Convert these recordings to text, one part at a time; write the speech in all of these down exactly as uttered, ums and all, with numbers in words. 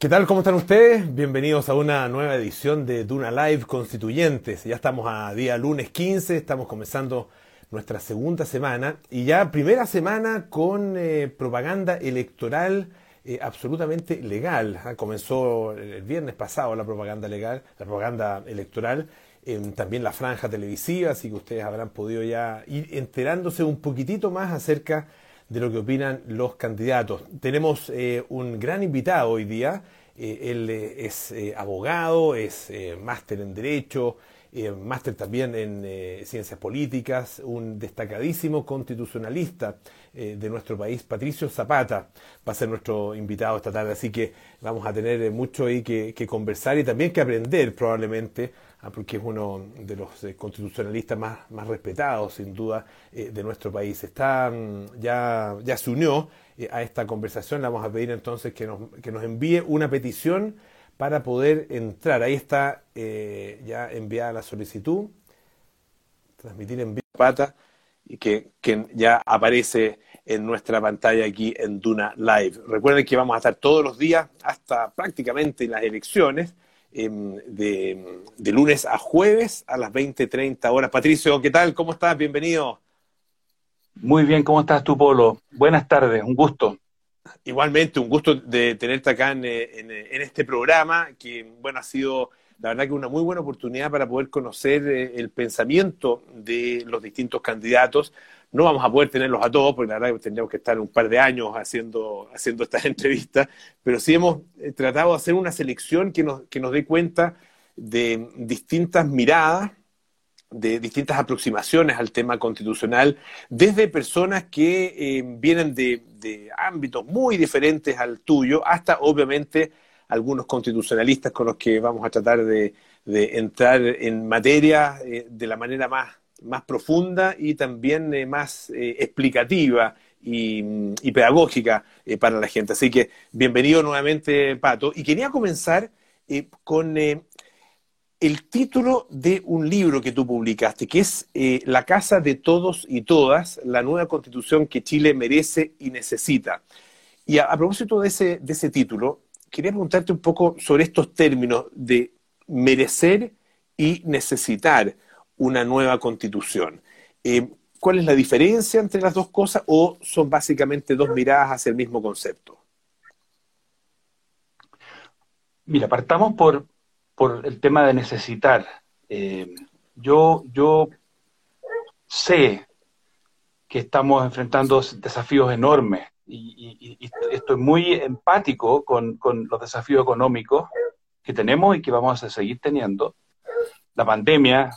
¿Qué tal? ¿Cómo están ustedes? Bienvenidos a una nueva edición de Duna Live Constituyentes. Ya estamos a día lunes quince, estamos comenzando nuestra segunda semana y ya primera semana con eh, propaganda electoral eh, absolutamente legal. Ah, Comenzó el viernes pasado la propaganda legal, la propaganda electoral, en también la franja televisiva, así que ustedes habrán podido ya ir enterándose un poquitito más acerca de lo que opinan los candidatos. Tenemos eh, un gran invitado hoy día. Eh, él eh, es eh, abogado, es eh, máster en Derecho, eh, máster también en eh, Ciencias Políticas, un destacadísimo constitucionalista eh, de nuestro país, Patricio Zapata, va a ser nuestro invitado esta tarde, así que vamos a tener eh, mucho ahí que, que conversar y también que aprender probablemente, ah, porque es uno de los eh, constitucionalistas más, más respetados, sin duda, eh, de nuestro país. Está, mm, ya, ya se unió eh, a esta conversación. Le vamos a pedir entonces que nos, que nos envíe una petición para poder entrar. Ahí está eh, ya enviada la solicitud. Transmitir en vivo Pata, y que, que ya aparece en nuestra pantalla aquí en Duna Live. Recuerden que vamos a estar todos los días hasta prácticamente las elecciones, eh, de, de lunes a jueves a las veinte treinta horas. Patricio, ¿qué tal? ¿Cómo estás? Bienvenido. Muy bien, ¿cómo estás tú, Polo? Buenas tardes, un gusto. Igualmente, un gusto de tenerte acá en, en, en este programa, que bueno, ha sido la verdad que una muy buena oportunidad para poder conocer eh, el pensamiento de los distintos candidatos. No vamos a poder tenerlos a todos, porque la verdad que tendríamos que estar un par de años haciendo, haciendo estas entrevistas, pero sí hemos eh, tratado de hacer una selección que nos, que nos dé cuenta de distintas miradas, de distintas aproximaciones al tema constitucional, desde personas que eh, vienen de, de ámbitos muy diferentes al tuyo, hasta obviamente algunos constitucionalistas con los que vamos a tratar de, de entrar en materia eh, de la manera más, más profunda y también eh, más eh, explicativa y, y pedagógica eh, para la gente. Así que bienvenido nuevamente, Pato. Y quería comenzar eh, con... Eh, el título de un libro que tú publicaste, que es eh, La Casa de Todos y Todas, la nueva constitución que Chile merece y necesita. Y a, a propósito de ese, de ese título, quería preguntarte un poco sobre estos términos de merecer y necesitar una nueva constitución. Eh, ¿Cuál es la diferencia entre las dos cosas o son básicamente dos miradas hacia el mismo concepto? Mira, partamos por, por el tema de necesitar. Eh, yo, yo sé que estamos enfrentando desafíos enormes y, y- y estoy muy empático con, con los desafíos económicos que tenemos y que vamos a seguir teniendo. La pandemia,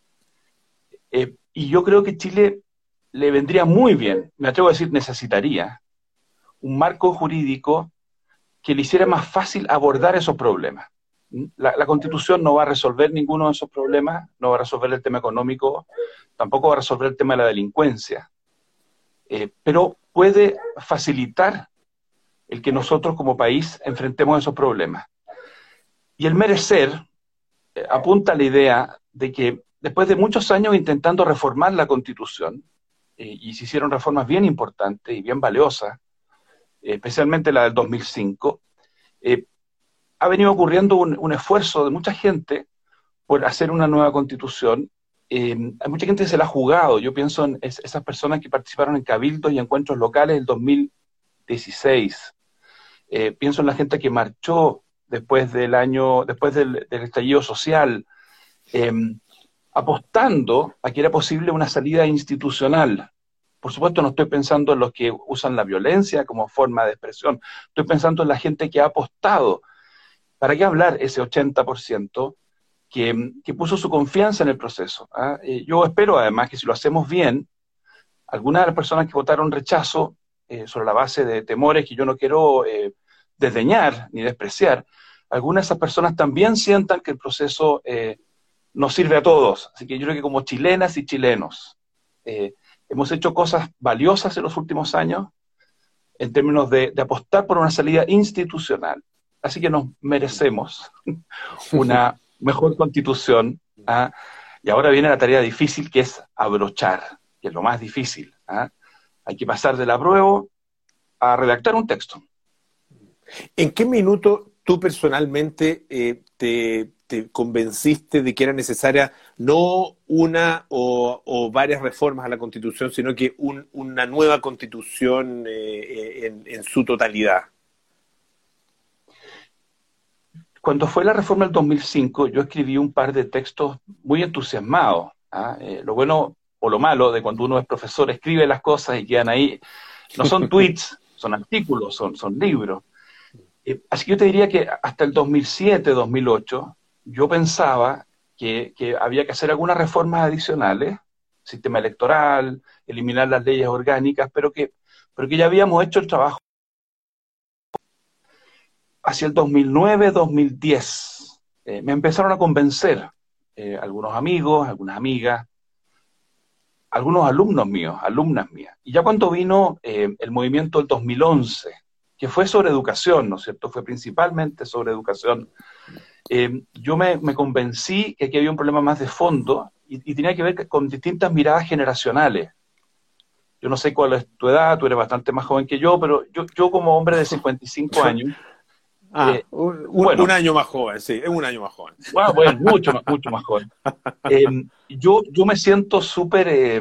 eh, y yo creo que Chile le vendría muy bien, me atrevo a decir necesitaría, un marco jurídico que le hiciera más fácil abordar esos problemas. La, la Constitución no va a resolver ninguno de esos problemas, no va a resolver el tema económico, tampoco va a resolver el tema de la delincuencia, eh, pero puede facilitar el que nosotros como país enfrentemos esos problemas. Y el merecer eh, apunta a la idea de que después de muchos años intentando reformar la Constitución, eh, y se hicieron reformas bien importantes y bien valiosas, eh, especialmente la del dos mil cinco, eh, ha venido ocurriendo un, un esfuerzo de mucha gente por hacer una nueva constitución. Eh, hay mucha gente que se la ha jugado. Yo pienso en es, esas personas que participaron en cabildos y encuentros locales el dos mil dieciséis. Eh, pienso en la gente que marchó después del año, después del, del estallido social, eh, apostando a que era posible una salida institucional. Por supuesto, no estoy pensando en los que usan la violencia como forma de expresión. Estoy pensando en la gente que ha apostado. ¿Para qué hablar ese ochenta por ciento que, que puso su confianza en el proceso? ¿Ah? Eh, yo espero además que si lo hacemos bien, algunas de las personas que votaron rechazo eh, sobre la base de temores que yo no quiero eh, desdeñar ni despreciar, algunas de esas personas también sientan que el proceso eh, nos sirve a todos. Así que yo creo que como chilenas y chilenos eh, hemos hecho cosas valiosas en los últimos años en términos de, de apostar por una salida institucional. Así que nos merecemos una mejor constitución. ¿Ah? Y ahora viene la tarea difícil, que es abrochar, que es lo más difícil. ¿Ah? Hay que pasar del apruebo a redactar un texto. ¿En qué minuto tú personalmente eh, te, te convenciste de que era necesaria no una o, o varias reformas a la Constitución, sino que un, una nueva Constitución eh, en, en su totalidad? Cuando fue la reforma del dos mil cinco, yo escribí un par de textos muy entusiasmados. ¿Ah? Eh, lo bueno o lo malo de cuando uno es profesor, escribe las cosas y quedan ahí. No son tweets, son artículos, son, son libros. Eh, así que yo te diría que hasta el dos mil siete, dos mil ocho, yo pensaba que, que había que hacer algunas reformas adicionales, sistema electoral, eliminar las leyes orgánicas, pero que, pero que ya habíamos hecho el trabajo. Hacia el dos mil nueve, dos mil diez, eh, me empezaron a convencer eh, algunos amigos, algunas amigas, algunos alumnos míos, alumnas mías. Y ya cuando vino eh, el movimiento del dos mil once, que fue sobre educación, ¿no es cierto? Fue principalmente sobre educación. Eh, yo me, me convencí que aquí había un problema más de fondo y, y tenía que ver con distintas miradas generacionales. Yo no sé cuál es tu edad, tú eres bastante más joven que yo, pero yo, yo como hombre de cincuenta y cinco años, Ah, eh, un, bueno, un año más joven, sí, es un año más joven. bueno, bueno mucho, más, mucho más joven. Eh, yo, yo me siento súper eh,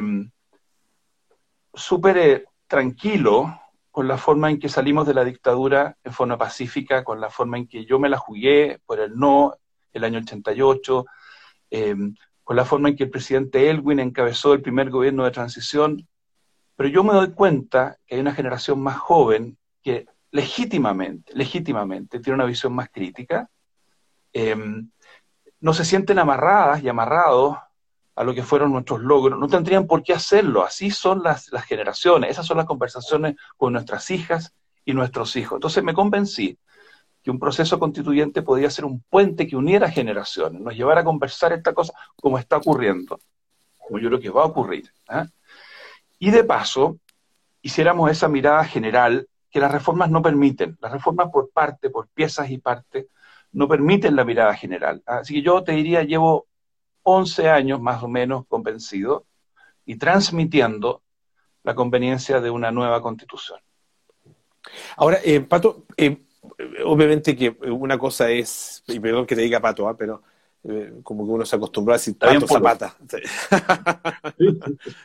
súper eh, tranquilo con la forma en que salimos de la dictadura en forma pacífica, con la forma en que yo me la jugué por el no el año ochenta y ocho, eh, con la forma en que el presidente Elwin encabezó el primer gobierno de transición, pero yo me doy cuenta que hay una generación más joven que legítimamente, legítimamente tiene una visión más crítica, eh, no se sienten amarradas y amarrados a lo que fueron nuestros logros, no tendrían por qué hacerlo, así son las, las generaciones, esas son las conversaciones con nuestras hijas y nuestros hijos. Entonces me convencí que un proceso constituyente podía ser un puente que uniera generaciones, nos llevara a conversar esta cosa como está ocurriendo, como yo creo que va a ocurrir. ¿eh? Y de paso, hiciéramos esa mirada general que las reformas no permiten, las reformas por parte, por piezas y partes, no permiten la mirada general. Así que yo te diría, llevo once años más o menos convencido y transmitiendo la conveniencia de una nueva constitución. Ahora, eh, Pato, eh, obviamente que una cosa es, y perdón que te diga Pato, ¿eh? pero eh, como que uno se acostumbró a decir Pato Zapata. Sí.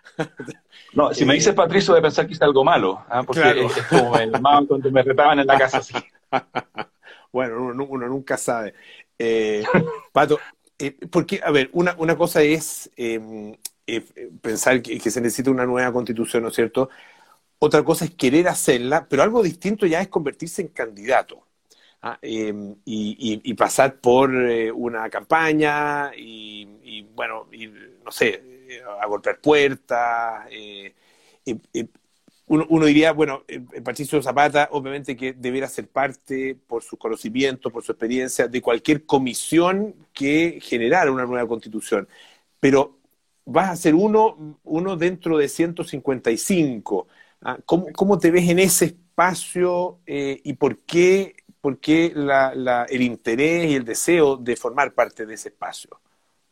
No, si me dices Patricio, de pensar que hice algo malo, ¿eh? porque claro. es, es como me llamaban cuando me retaban en la casa. Así. Bueno, uno, uno nunca sabe. Eh, Pato, eh, porque, a ver, una, una cosa es eh, eh, pensar que, que se necesita una nueva constitución, ¿no es cierto? Otra cosa es querer hacerla, pero algo distinto ya es convertirse en candidato. ¿ah? Eh, y, y, y pasar por eh, una campaña y, y bueno, y, no sé, a golpear puertas. Eh, eh, eh, uno, uno diría, bueno, eh, Patricio Zapata obviamente que debiera ser parte, por sus conocimientos, por su experiencia, de cualquier comisión que generara una nueva constitución. Pero vas a ser uno, uno dentro de ciento cincuenta y cinco. ¿ah? ¿Cómo, ¿Cómo te ves en ese espacio eh, y por qué, por qué la, la, el interés y el deseo de formar parte de ese espacio?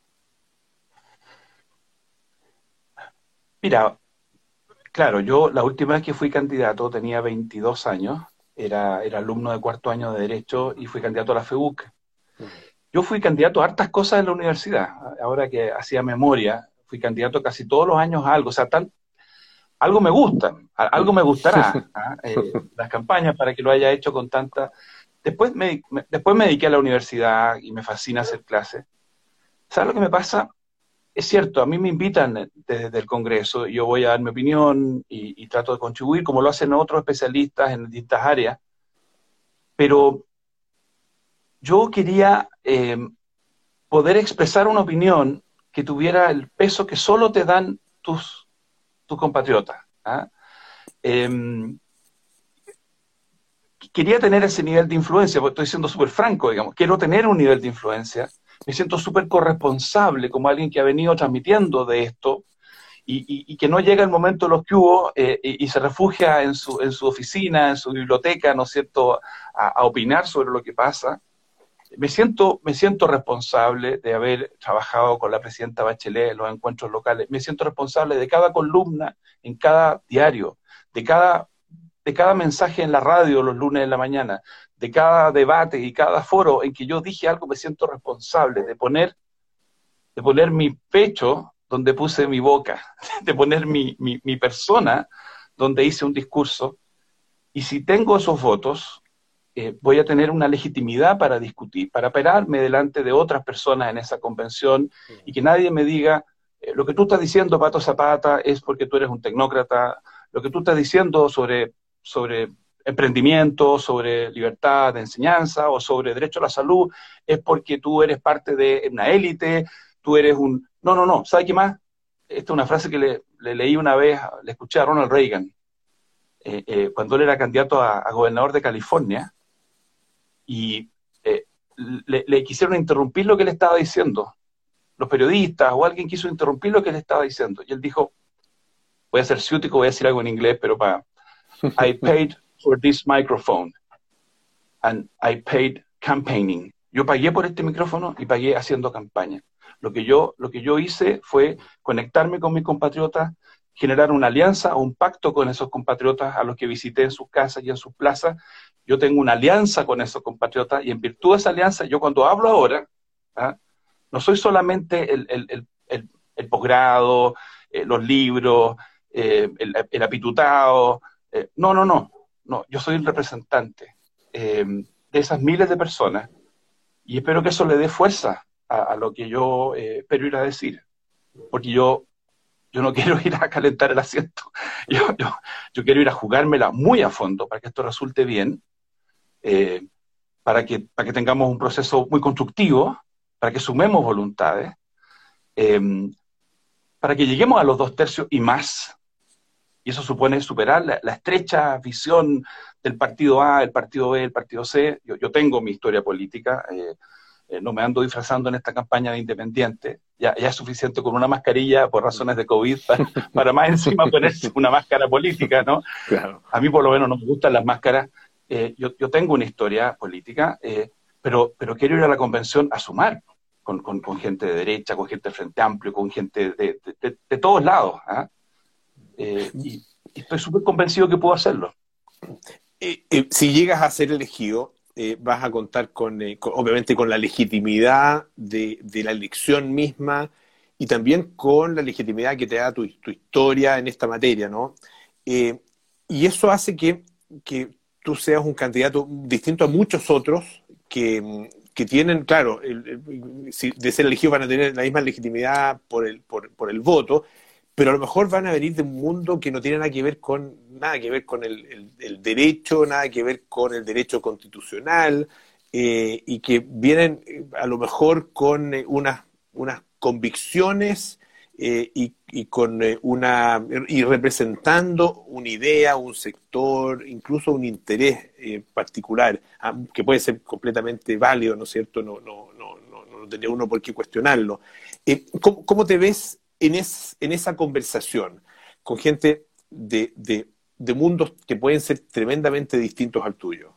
Mira, claro, yo la última vez que fui candidato tenía veintidós años, era, era alumno de cuarto año de Derecho y fui candidato a la FEUC. Yo fui candidato a hartas cosas en la universidad, ahora que hacía memoria, fui candidato casi todos los años a algo, o sea, tal, algo me gusta, algo me gustará, ¿eh? Eh, las campañas para que lo haya hecho con tanta... Después me, me, después me dediqué a la universidad y me fascina hacer clases. ¿Sabes lo que me pasa? Es cierto, a mí me invitan desde el Congreso, yo voy a dar mi opinión y, y trato de contribuir, como lo hacen otros especialistas en distintas áreas, pero yo quería eh, poder expresar una opinión que tuviera el peso que solo te dan tus, tus compatriotas. ¿ah? Eh, quería tener ese nivel de influencia, porque estoy siendo súper franco, digamos, quiero tener un nivel de influencia. Me siento súper corresponsable como alguien que ha venido transmitiendo de esto y, y, y que no llega el momento de los que hubo eh, y, y se refugia en su, en su oficina, en su biblioteca, ¿no es cierto?, a, a opinar sobre lo que pasa. Me siento, me siento responsable de haber trabajado con la presidenta Bachelet en los encuentros locales. Me siento responsable de cada columna en cada diario, de cada de cada mensaje en la radio los lunes de la mañana, de cada debate y cada foro en que yo dije algo, me siento responsable de poner, de poner mi pecho donde puse mi boca, de poner mi, mi, mi persona donde hice un discurso. Y si tengo esos votos, eh, voy a tener una legitimidad para discutir, para pararme delante de otras personas en esa convención y que nadie me diga, eh, lo que tú estás diciendo, Pato Zapata, es porque tú eres un tecnócrata, lo que tú estás diciendo sobre, sobre emprendimiento, sobre libertad de enseñanza o sobre derecho a la salud, es porque tú eres parte de una élite, tú eres un... No, no, no, ¿sabe qué más? Esta es una frase que le, le leí una vez, le escuché a Ronald Reagan, eh, eh, cuando él era candidato a, a gobernador de California, y eh, le, le quisieron interrumpir lo que él estaba diciendo. Los periodistas o alguien quiso interrumpir lo que él estaba diciendo. Y él dijo, voy a ser ciútico, voy a decir algo en inglés, pero para... I paid for this microphone and I paid campaigning. Yo pagué por este micrófono y pagué haciendo campaña. Lo que yo, lo que yo hice fue conectarme con mis compatriotas, generar una alianza o un pacto con esos compatriotas a los que visité en sus casas y en sus plazas. Yo tengo una alianza con esos compatriotas y en virtud de esa alianza, yo cuando hablo ahora, ¿ah? no soy solamente el, el, el, el, el posgrado, eh, los libros, eh, el, el apitutado, eh, no, no, no, no, yo soy el representante eh, de esas miles de personas y espero que eso le dé fuerza a, a lo que yo eh, espero ir a decir, porque yo Yo no quiero ir a calentar el asiento. Yo, yo, yo quiero ir a jugármela muy a fondo para que esto resulte bien, eh, para, que, para que tengamos un proceso muy constructivo, para que sumemos voluntades, eh, para que lleguemos a los dos tercios y más. Y eso supone superar la, la estrecha visión del partido A, el partido B, el partido C. Yo, yo tengo mi historia política, eh, eh, no me ando disfrazando en esta campaña de independiente. Ya, ya es suficiente con una mascarilla por razones de COVID para, para más encima ponerse una máscara política, ¿no? Claro. A mí por lo menos no me gustan las máscaras. Eh, yo, yo tengo una historia política, eh, pero, pero quiero ir a la convención a sumar con, con, con gente de derecha, con gente del Frente Amplio, con gente de, de, de, de todos lados. ¿eh? Eh, y, y estoy súper convencido que puedo hacerlo. Eh, eh, si llegas a ser elegido, Eh, vas a contar con, eh, con, obviamente, con la legitimidad de, de la elección misma y también con la legitimidad que te da tu, tu historia en esta materia, ¿no? Eh, y eso hace que, que tú seas un candidato distinto a muchos otros que, que tienen, claro, el, el, si de ser elegidos van a tener la misma legitimidad por el, por, por el voto, pero a lo mejor van a venir de un mundo que no tiene nada que ver con nada que ver con el, el, el derecho, nada que ver con el derecho constitucional, eh, y que vienen a lo mejor con eh, unas, unas convicciones eh, y, y con eh, una y representando una idea, un sector, incluso un interés eh, particular, ah, que puede ser completamente válido, ¿no es cierto? No, no, no, no, no tendría uno por qué cuestionarlo. Eh, ¿cómo, ¿Cómo te ves en, es, en esa conversación con gente de, de, de mundos que pueden ser tremendamente distintos al tuyo?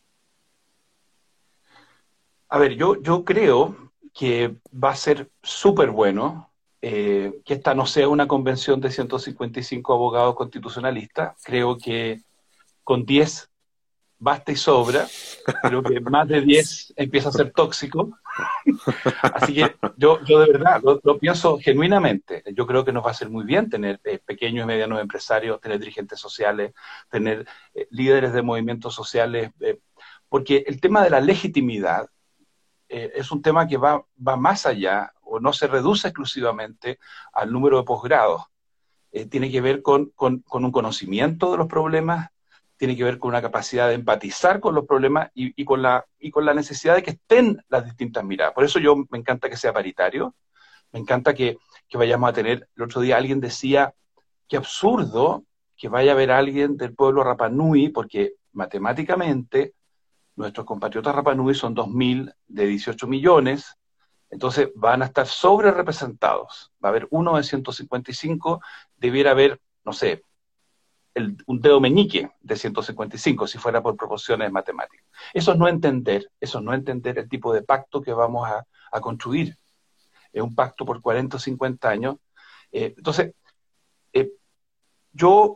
A ver, yo, yo creo que va a ser súper bueno eh, que esta no sea una convención de ciento cincuenta y cinco abogados constitucionalistas. Creo que con diez basta y sobra. Creo que más de diez empieza a ser tóxico. Así que yo, yo de verdad lo, lo pienso genuinamente. Yo creo que nos va a hacer muy bien tener eh, pequeños y medianos empresarios, tener dirigentes sociales, tener eh, líderes de movimientos sociales, eh, porque el tema de la legitimidad eh, es un tema que va, va más allá o no se reduce exclusivamente al número de posgrados. Eh, tiene que ver con, con, con un conocimiento de los problemas, tiene que ver con una capacidad de empatizar con los problemas y, y, con la, y con la necesidad de que estén las distintas miradas. Por eso yo me encanta que sea paritario, me encanta que, que vayamos a tener, el otro día alguien decía, qué absurdo que vaya a haber alguien del pueblo Rapa Nui, porque matemáticamente nuestros compatriotas Rapa Nui son dos mil de dieciocho millones, entonces van a estar sobre representados. Va a haber uno de ciento cincuenta y cinco, debiera haber, no sé, el, un dedo meñique de ciento cincuenta y cinco, si fuera por proporciones matemáticas. Eso es no entender, eso es no entender el tipo de pacto que vamos a, a construir. Es un pacto por cuarenta o cincuenta años. Eh, entonces, eh, yo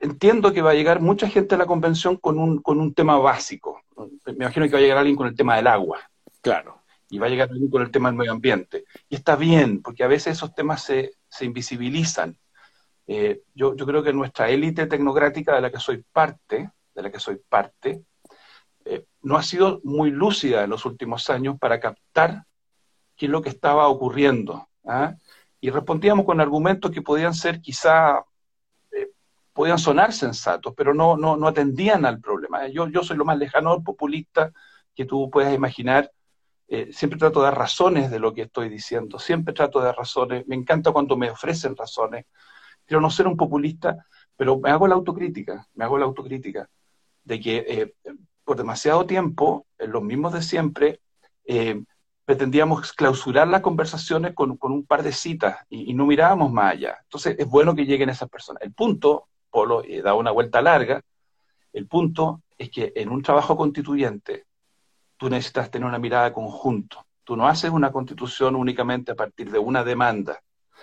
entiendo que va a llegar mucha gente a la convención con un, con un tema básico. Me imagino que va a llegar alguien con el tema del agua. Claro. Y va a llegar alguien con el tema del medio ambiente. Y está bien, porque a veces esos temas se, se invisibilizan. Eh, yo, yo creo que nuestra élite tecnocrática de la que soy parte, de la que soy parte, eh, no ha sido muy lúcida en los últimos años para captar qué es lo que estaba ocurriendo. ¿Ah? Y respondíamos con argumentos que podían ser quizá, eh, podían sonar sensatos, pero no, no, no atendían al problema. Yo, yo soy lo más lejano al populista que tú puedas imaginar. Eh, siempre trato de dar razones de lo que estoy diciendo, siempre trato de dar razones, me encanta cuando me ofrecen razones. Quiero no ser un populista, pero me hago la autocrítica, me hago la autocrítica de que eh, por demasiado tiempo, eh, los mismos de siempre, eh, pretendíamos clausurar las conversaciones con, con un par de citas y, y no mirábamos más allá. Entonces es bueno que lleguen esas personas. El punto, Polo, y da una vuelta larga, el punto es que en un trabajo constituyente tú necesitas tener una mirada de conjunto. Tú no haces una constitución únicamente a partir de una demanda.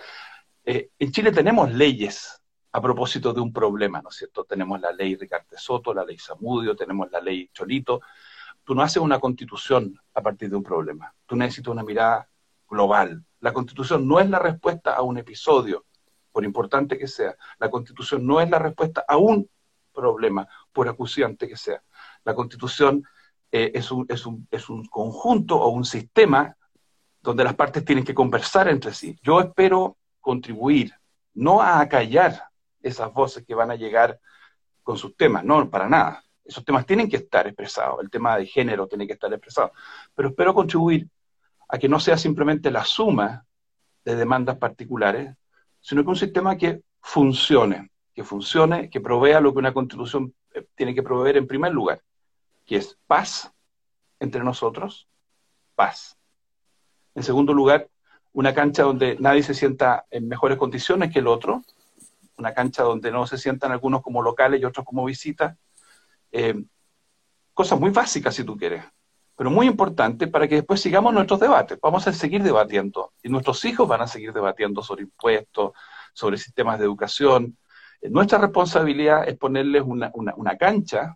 Eh, en Chile tenemos leyes a propósito de un problema, ¿no es cierto? Tenemos la ley Ricardo Soto, la ley Zamudio, tenemos la ley Cholito. Tú no haces una constitución a partir de un problema. Tú necesitas una mirada global. La constitución no es la respuesta a un episodio, por importante que sea. La constitución no es la respuesta a un problema, por acuciante que sea. La constitución eh, es, un, es, un, es un conjunto o un sistema donde las partes tienen que conversar entre sí. Yo espero contribuir, no a acallar esas voces que van a llegar con sus temas, no, para nada. Esos temas tienen que estar expresados, el tema de género tiene que estar expresado, pero espero contribuir a que no sea simplemente la suma de demandas particulares, sino que un sistema que funcione, que funcione, que provea lo que una constitución tiene que proveer en primer lugar, que es paz entre nosotros, paz. En segundo lugar, una cancha donde nadie se sienta en mejores condiciones que el otro, una cancha donde no se sientan algunos como locales y otros como visitas. Eh, cosas muy básicas, si tú quieres, pero muy importantes para que después sigamos nuestros debates. Vamos a seguir debatiendo, y nuestros hijos van a seguir debatiendo sobre impuestos, sobre sistemas de educación. Eh, nuestra responsabilidad es ponerles una, una, una cancha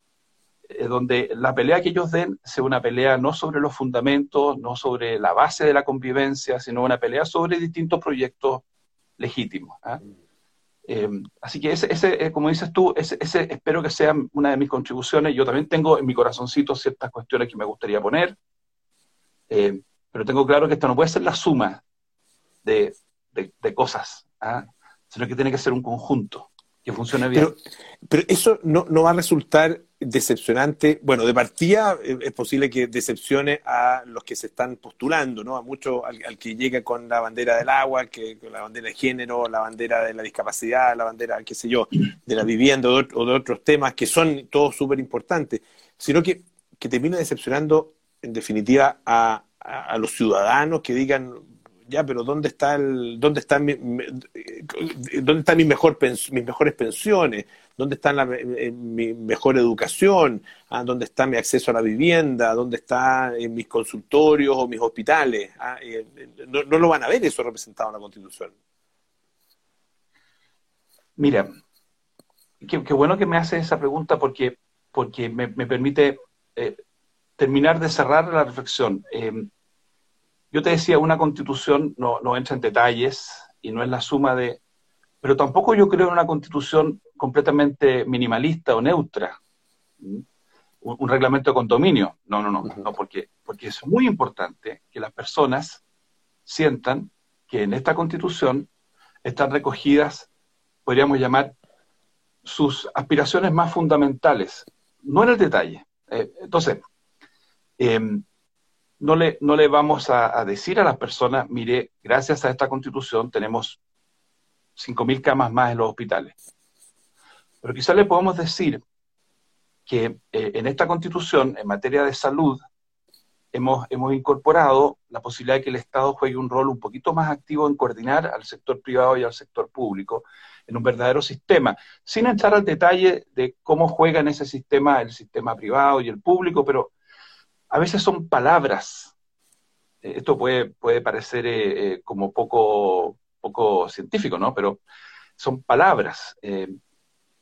eh, donde la pelea que ellos den sea una pelea no sobre los fundamentos, no sobre la base de la convivencia, sino una pelea sobre distintos proyectos legítimos. ¿eh? Eh, así que ese, ese eh, como dices tú, ese, ese espero que sea una de mis contribuciones. Yo también tengo en mi corazoncito ciertas cuestiones que me gustaría poner, eh, pero tengo claro que esto no puede ser la suma de, de, de cosas, ¿eh? Sino que tiene que ser un conjunto que funcione bien. Pero, pero eso no, no va a resultar decepcionante. Bueno, de partida es posible que decepcione a los que se están postulando, ¿no? A muchos, al, al que llega con la bandera del agua, que, con la bandera de género, la bandera de la discapacidad, la bandera, qué sé yo, de la vivienda o de, o de otros temas que son todos súper importantes, sino que, que termina decepcionando en definitiva a, a, a los ciudadanos que digan, ya, pero ¿dónde está el, dónde está mi, mi, dónde está mi mejor pens, mis mejores pensiones? ¿Dónde está la, mi mejor educación? ¿Ah? ¿Dónde está mi acceso a la vivienda? ¿Dónde están mis consultorios o mis hospitales? ¿Ah? No, no lo van a ver eso representado en la Constitución. Mira, qué, qué bueno que me haces esa pregunta porque, porque me, me permite eh, terminar de cerrar la reflexión. Eh, Yo te decía, una constitución no, no entra en detalles y no es la suma de... Pero tampoco yo creo en una constitución completamente minimalista o neutra. Un, un reglamento de condominio. No, no, no, Uh-huh. no porque, porque es muy importante que las personas sientan que en esta constitución están recogidas, podríamos llamar, sus aspiraciones más fundamentales, no en el detalle. Eh, entonces, eh, No le, no le vamos a, a decir a las personas, mire, gracias a esta constitución tenemos cinco mil camas más en los hospitales. Pero quizás le podemos decir que eh, en esta constitución, en materia de salud, hemos, hemos incorporado la posibilidad de que el Estado juegue un rol un poquito más activo en coordinar al sector privado y al sector público en un verdadero sistema, sin entrar al detalle de cómo juega en ese sistema el sistema privado y el público, pero a veces son palabras. Esto puede, puede parecer eh, eh, como poco, poco científico, ¿no? Pero son palabras. Eh,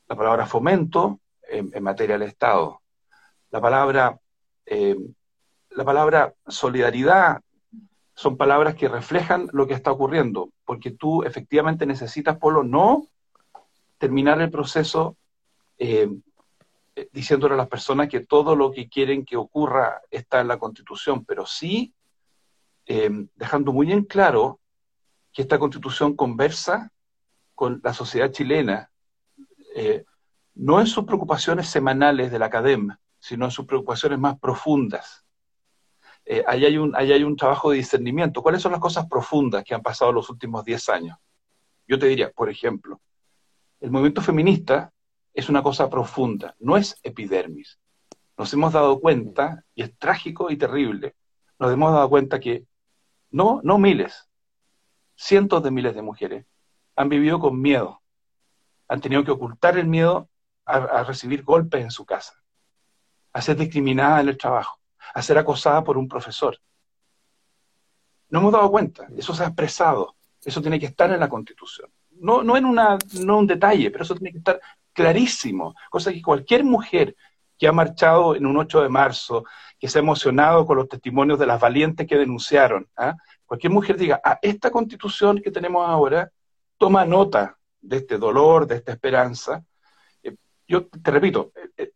la palabra fomento en, en materia del Estado, la palabra, eh, la palabra solidaridad, son palabras que reflejan lo que está ocurriendo, porque tú efectivamente necesitas, Polo, no terminar el proceso eh, diciéndole a las personas que todo lo que quieren que ocurra está en la Constitución, pero sí eh, dejando muy en claro que esta Constitución conversa con la sociedad chilena, eh, no en sus preocupaciones semanales de la academia, sino en sus preocupaciones más profundas. Eh, ahí, hay un, ahí hay un trabajo de discernimiento. ¿Cuáles son las cosas profundas que han pasado los últimos diez años? Yo te diría, por ejemplo, el movimiento feminista es una cosa profunda, no es epidermis. Nos hemos dado cuenta, y es trágico y terrible, nos hemos dado cuenta que no, no miles, cientos de miles de mujeres han vivido con miedo, han tenido que ocultar el miedo a, a recibir golpes en su casa, a ser discriminadas en el trabajo, a ser acosadas por un profesor. No hemos dado cuenta, eso se ha expresado, eso tiene que estar en la Constitución. No, no en una, no un detalle, pero eso tiene que estar clarísimo, cosa que cualquier mujer que ha marchado en un ocho de marzo, que se ha emocionado con los testimonios de las valientes que denunciaron, ¿ah? Cualquier mujer diga, ah, esta Constitución que tenemos ahora toma nota de este dolor, de esta esperanza. Eh, yo te repito, eh, eh,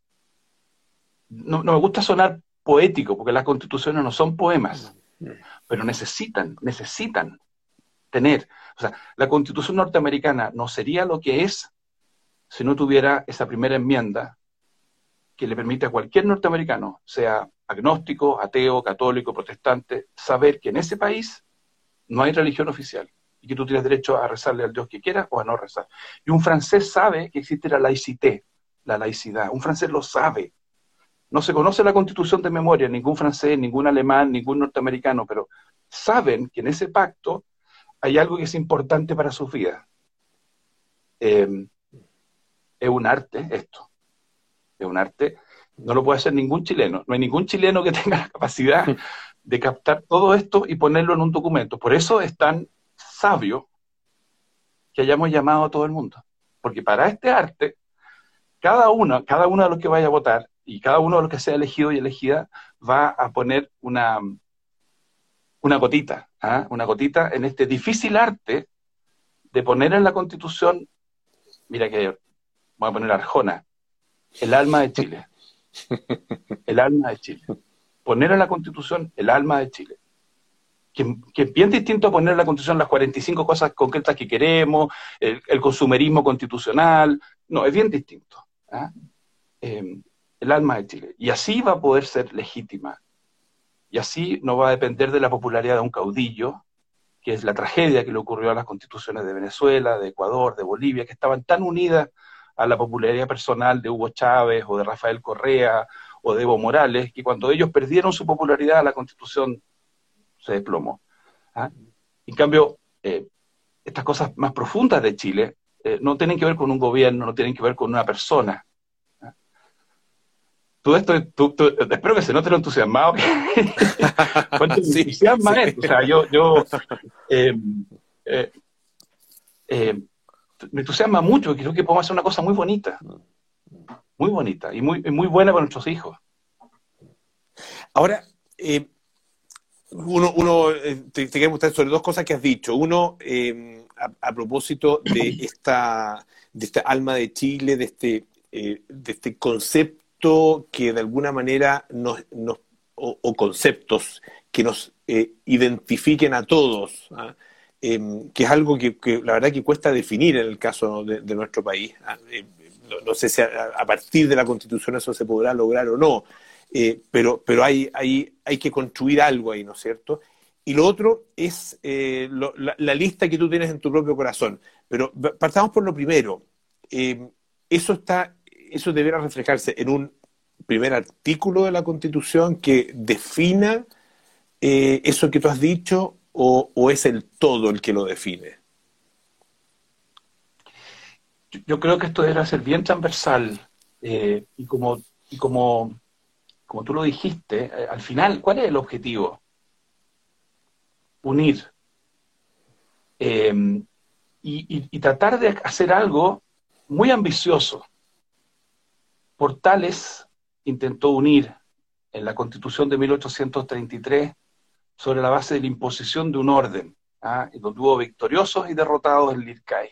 no, no me gusta sonar poético, porque las constituciones no son poemas, pero necesitan, necesitan tener, o sea, la Constitución norteamericana no sería lo que es si no tuviera esa primera enmienda que le permite a cualquier norteamericano, sea agnóstico, ateo, católico, protestante, saber que en ese país no hay religión oficial y que tú tienes derecho a rezarle al Dios que quieras o a no rezar. Y un francés sabe que existe la laicité, la laicidad. Un francés lo sabe. No se conoce la Constitución de memoria, ningún francés, ningún alemán, ningún norteamericano, pero saben que en ese pacto hay algo que es importante para sus vidas. Eh, es un arte esto. Es un arte, no lo puede hacer ningún chileno. No hay ningún chileno que tenga la capacidad de captar todo esto y ponerlo en un documento. Por eso es tan sabio que hayamos llamado a todo el mundo. Porque para este arte, cada uno, cada uno de los que vaya a votar y cada uno de los que sea elegido y elegida va a poner una, una gotita, ¿eh? una gotita en este difícil arte de poner en la Constitución, mira que voy a poner Arjona, el alma de Chile. El alma de Chile. Poner en la Constitución el alma de Chile. Que, que es bien distinto a poner en la Constitución las cuarenta y cinco cosas concretas que queremos, el, el consumerismo constitucional. No, es bien distinto. ¿eh? Eh, el alma de Chile. Y así va a poder ser legítima. Y así no va a depender de la popularidad de un caudillo, que es la tragedia que le ocurrió a las constituciones de Venezuela, de Ecuador, de Bolivia, que estaban tan unidas a la popularidad personal de Hugo Chávez o de Rafael Correa o de Evo Morales, que cuando ellos perdieron su popularidad la Constitución se desplomó. ¿ah? En cambio, eh, estas cosas más profundas de Chile eh, no tienen que ver con un gobierno, no tienen que ver con una persona. ¿ah? Tú esto, tú, tú, espero que se note lo entusiasmado que cuánto sí, entusiasma sí. es. O sea, yo, yo eh, eh, eh, me entusiasma mucho, porque creo que podemos hacer una cosa muy bonita, muy bonita y muy, muy buena para nuestros hijos. Ahora, eh, uno, uno eh, te, te quiero mostrar sobre dos cosas que has dicho. Uno, eh, a, a propósito de esta, de esta alma de Chile, de este, eh, de este concepto que de alguna manera nos, nos o, o conceptos que nos eh, identifiquen a todos, ¿ah? Eh, que es algo que, que la verdad que cuesta definir en el caso de, de nuestro país. Eh, no, no sé si a, a partir de la Constitución eso se podrá lograr o no, eh, pero, pero hay, hay, hay que construir algo ahí, ¿no es cierto? Y lo otro es eh, lo, la, la lista que tú tienes en tu propio corazón. Pero partamos por lo primero. Eh, eso, está, eso deberá reflejarse en un primer artículo de la Constitución que defina eh, eso que tú has dicho, O, ¿O es el todo el que lo define? Yo, yo creo que esto debe ser bien transversal eh, y, como, y como, como tú lo dijiste, eh, al final, ¿cuál es el objetivo? Unir eh, y, y, y tratar de hacer algo muy ambicioso, Portales intentó unir en la Constitución de mil ochocientos treinta y tres sobre la base de la imposición de un orden, ¿ah? donde hubo victoriosos y derrotados en Lircay.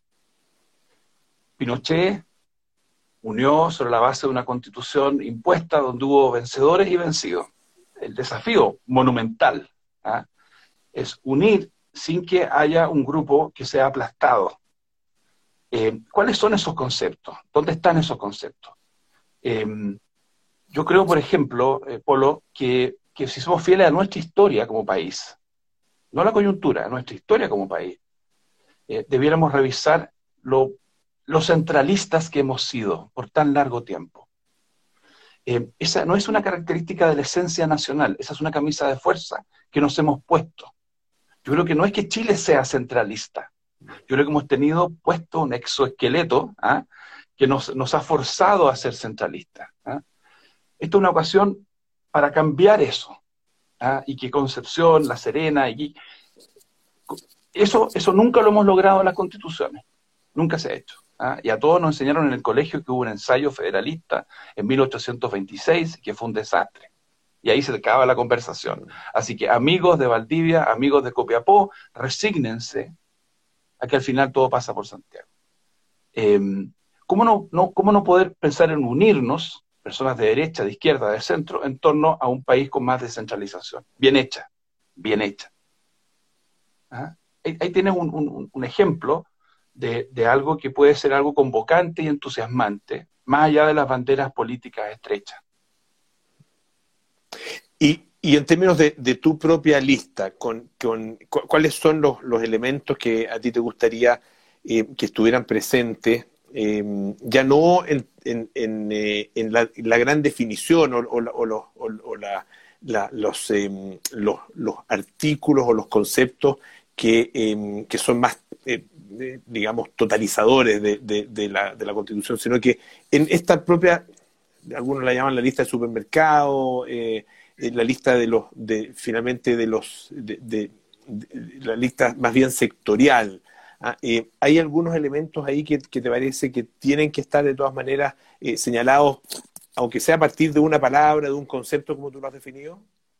Pinochet unió sobre la base de una constitución impuesta donde hubo vencedores y vencidos. El desafío monumental, ¿ah? es unir sin que haya un grupo que sea aplastado. Eh, ¿Cuáles son esos conceptos? ¿Dónde están esos conceptos? Eh, yo creo, por ejemplo, eh, Polo, que, que si somos fieles a nuestra historia como país, no a la coyuntura, a nuestra historia como país, eh, debiéramos revisar lo, lo centralistas que hemos sido por tan largo tiempo. Eh, esa no es una característica de la esencia nacional, esa es una camisa de fuerza que nos hemos puesto. Yo creo que no es que Chile sea centralista, yo creo que hemos tenido puesto un exoesqueleto ¿ah? que nos, nos ha forzado a ser centralistas. ¿ah? Esta es una ocasión para cambiar eso, ¿ah? y que Concepción, La Serena, y eso, eso nunca lo hemos logrado en las constituciones, nunca se ha hecho. ¿ah? Y a todos nos enseñaron en el colegio que hubo un ensayo federalista en mil ochocientos veintiséis que fue un desastre. Y ahí se acaba la conversación. Así que amigos de Valdivia, amigos de Copiapó, resígnense a que al final todo pasa por Santiago. Eh, ¿cómo, no, no, ¿Cómo no poder pensar en unirnos, personas de derecha, de izquierda, de centro, en torno a un país con más descentralización? Bien hecha, bien hecha. ¿Ah? Ahí, ahí tienes un, un, un ejemplo de, de algo que puede ser algo convocante y entusiasmante, más allá de las banderas políticas estrechas. Y, y en términos de, de tu propia lista, con, con, ¿cuáles son los, los elementos que a ti te gustaría eh, que estuvieran presentes? Eh, ya no en, en, en, eh, en la, la gran definición o, o, o, o, o la, la, los, eh, los, los artículos o los conceptos que, eh, que son más, eh, digamos, totalizadores de, de, de, la, de la Constitución, sino que en esta propia, algunos la llaman la lista de supermercado, eh, la lista de los, de, finalmente de los, de, de, de la lista más bien sectorial. ¿ah? Eh, ¿Hay algunos elementos ahí que, que te parece que tienen que estar de todas maneras eh, señalados, aunque sea a partir de una palabra, de un concepto como tú lo has definido?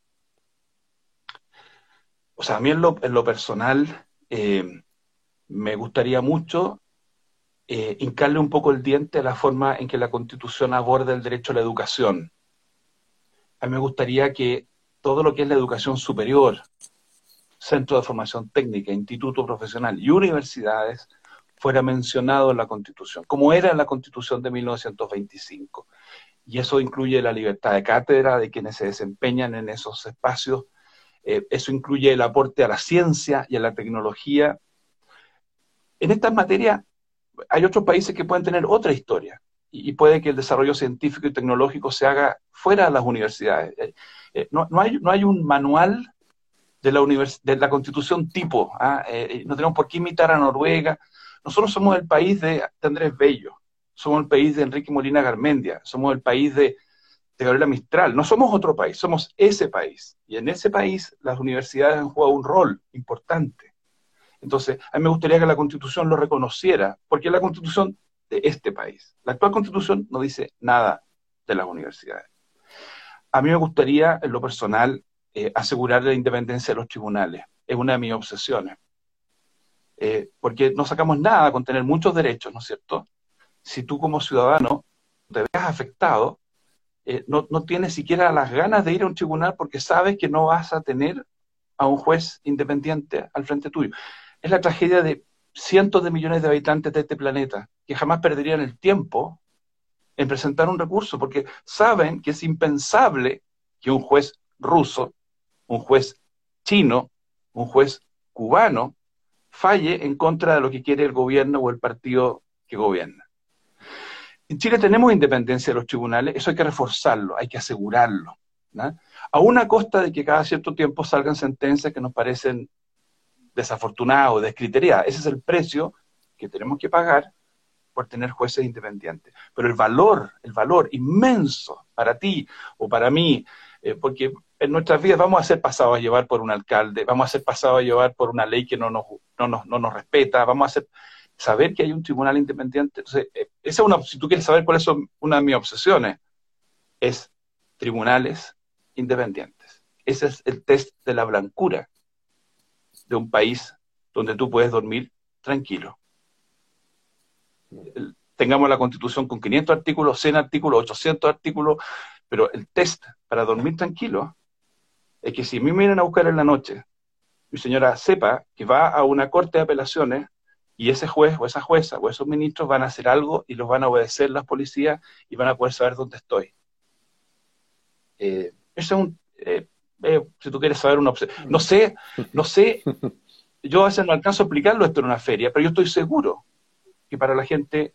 O sea, a mí en lo, en lo personal eh, me gustaría mucho eh, hincarle un poco el diente a la forma en que la Constitución aborda el derecho a la educación. A mí me gustaría que todo lo que es la educación superior, centro de formación técnica, instituto profesional y universidades, fuera mencionado en la Constitución, como era en la Constitución de mil novecientos veinticinco. Y eso incluye la libertad de cátedra de quienes se desempeñan en esos espacios, eh, eso incluye el aporte a la ciencia y a la tecnología. En estas materias hay otros países que pueden tener otra historia, y puede que el desarrollo científico y tecnológico se haga fuera de las universidades. Eh, eh, no, no, hay, no hay un manual de la, univers de la Constitución tipo, ¿ah? eh, no tenemos por qué imitar a Noruega. Nosotros somos el país de, de Andrés Bello, somos el país de Enrique Molina Garmendia, somos el país de, de Gabriela Mistral, no somos otro país, somos ese país. Y en ese país las universidades han jugado un rol importante. Entonces, a mí me gustaría que la Constitución lo reconociera, porque la Constitución de este país. La actual Constitución no dice nada de las universidades. A mí me gustaría, en lo personal, eh, asegurar la independencia de los tribunales. Es una de mis obsesiones. Eh, porque no sacamos nada con tener muchos derechos, ¿no es cierto? Si tú como ciudadano te veas afectado, eh, no, no tienes siquiera las ganas de ir a un tribunal porque sabes que no vas a tener a un juez independiente al frente tuyo. Es la tragedia de cientos de millones de habitantes de este planeta, que jamás perderían el tiempo en presentar un recurso, porque saben que es impensable que un juez ruso, un juez chino, un juez cubano, falle en contra de lo que quiere el gobierno o el partido que gobierna. En Chile tenemos independencia de los tribunales, eso hay que reforzarlo, hay que asegurarlo, ¿no? A una costa de que cada cierto tiempo salgan sentencias que nos parecen desafortunada o descriteriada. Ese es el precio que tenemos que pagar por tener jueces independientes. Pero el valor, el valor inmenso para ti o para mí, eh, porque en nuestras vidas vamos a ser pasados a llevar por un alcalde, vamos a ser pasados a llevar por una ley que no nos, no nos, no nos respeta, vamos a ser... saber que hay un tribunal independiente. Entonces, esa es una, si tú quieres saber cuáles son una de mis obsesiones, es tribunales independientes. Ese es el test de la blancura de un país donde tú puedes dormir tranquilo. Tengamos la Constitución con quinientos artículos, cien artículos, ochocientos artículos, pero el test para dormir tranquilo es que si a mí me vienen a buscar en la noche, mi señora sepa que va a una corte de apelaciones y ese juez o esa jueza o esos ministros van a hacer algo y los van a obedecer las policías y van a poder saber dónde estoy. Eh, eso es un... Eh, eh, si tú quieres saber una opción. No sé, no sé, yo a veces no alcanzo a explicarlo esto en una feria, pero yo estoy seguro que para la gente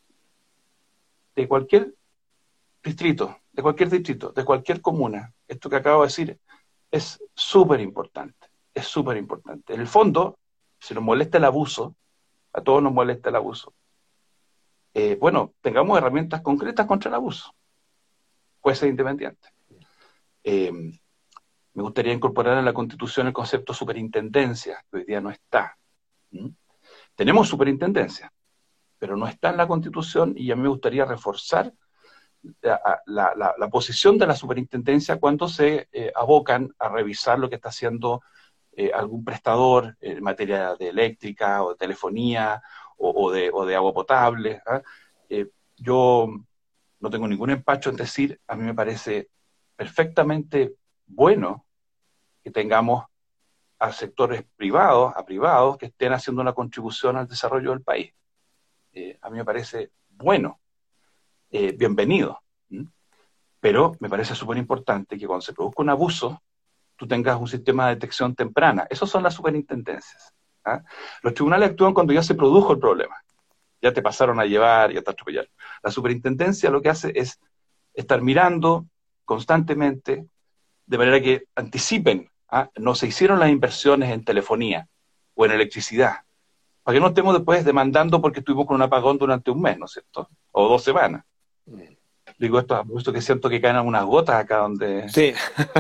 de cualquier distrito, de cualquier distrito, de cualquier comuna, esto que acabo de decir es súper importante, es súper importante. En el fondo, si nos molesta el abuso, a todos nos molesta el abuso, eh, bueno, tengamos herramientas concretas contra el abuso, jueces independientes. Eh, me gustaría incorporar en la Constitución el concepto superintendencia, que hoy día no está. ¿Mm? Tenemos superintendencia, pero no está en la Constitución y a mí me gustaría reforzar la, la, la, la posición de la superintendencia cuando se eh, abocan a revisar lo que está haciendo eh, algún prestador en materia de eléctrica o de telefonía o, o, de, o de agua potable. ¿eh? Eh, yo no tengo ningún empacho en decir, a mí me parece perfectamente bueno que tengamos a sectores privados, a privados que estén haciendo una contribución al desarrollo del país. Eh, a mí me parece bueno, eh, bienvenido. ¿Mm? Pero me parece súper importante que cuando se produzca un abuso, tú tengas un sistema de detección temprana. Esas son las superintendencias. ¿Ah? Los tribunales actúan cuando ya se produjo el problema. Ya te pasaron a llevar, ya te atropellaron. La superintendencia lo que hace es estar mirando constantemente, de manera que anticipen. ¿Ah? No se hicieron las inversiones en telefonía o en electricidad, para que no estemos después demandando porque estuvimos con un apagón durante un mes, ¿no es cierto? O dos semanas. Mm. Digo esto a propósito que siento que caen unas gotas acá donde... Sí.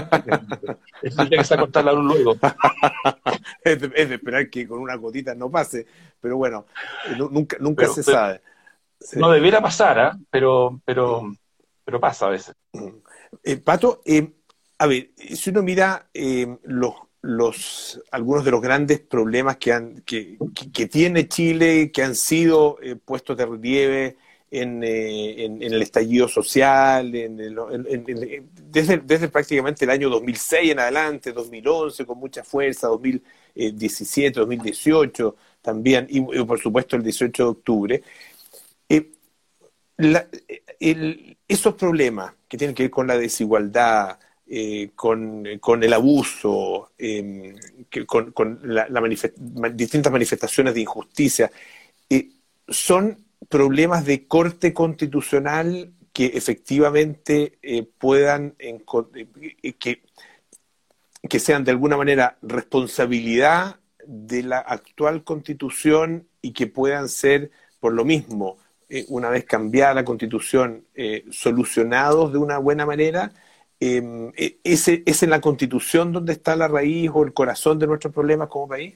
Eso tiene que cortar la luz luego. es, de, es de esperar que con una gotita no pase, pero bueno, nunca, nunca pero, se pero, sabe. Sí. No debiera pasar, ¿eh? pero, pero, pero pasa a veces. Eh, Pato, eh, a ver, si uno mira eh, los, los, algunos de los grandes problemas que, han, que, que, que tiene Chile, que han sido eh, puestos de relieve en, eh, en, en el estallido social, en el, en, en, desde, desde prácticamente el año dos mil seis en adelante, dos mil once con mucha fuerza, dos mil diecisiete, dos mil dieciocho también, y, y por supuesto el dieciocho de octubre. Eh, la, el, esos problemas que tienen que ver con la desigualdad, eh, con, con el abuso, eh, que, con, con la, la manifest, distintas manifestaciones de injusticia, eh, son problemas de corte constitucional que efectivamente eh, puedan, eh, que, que sean de alguna manera responsabilidad de la actual constitución y que puedan ser, por lo mismo, eh, una vez cambiada la constitución, eh, solucionados de una buena manera. Eh, ¿es, ¿Es en la constitución donde está la raíz o el corazón de nuestros problemas como país?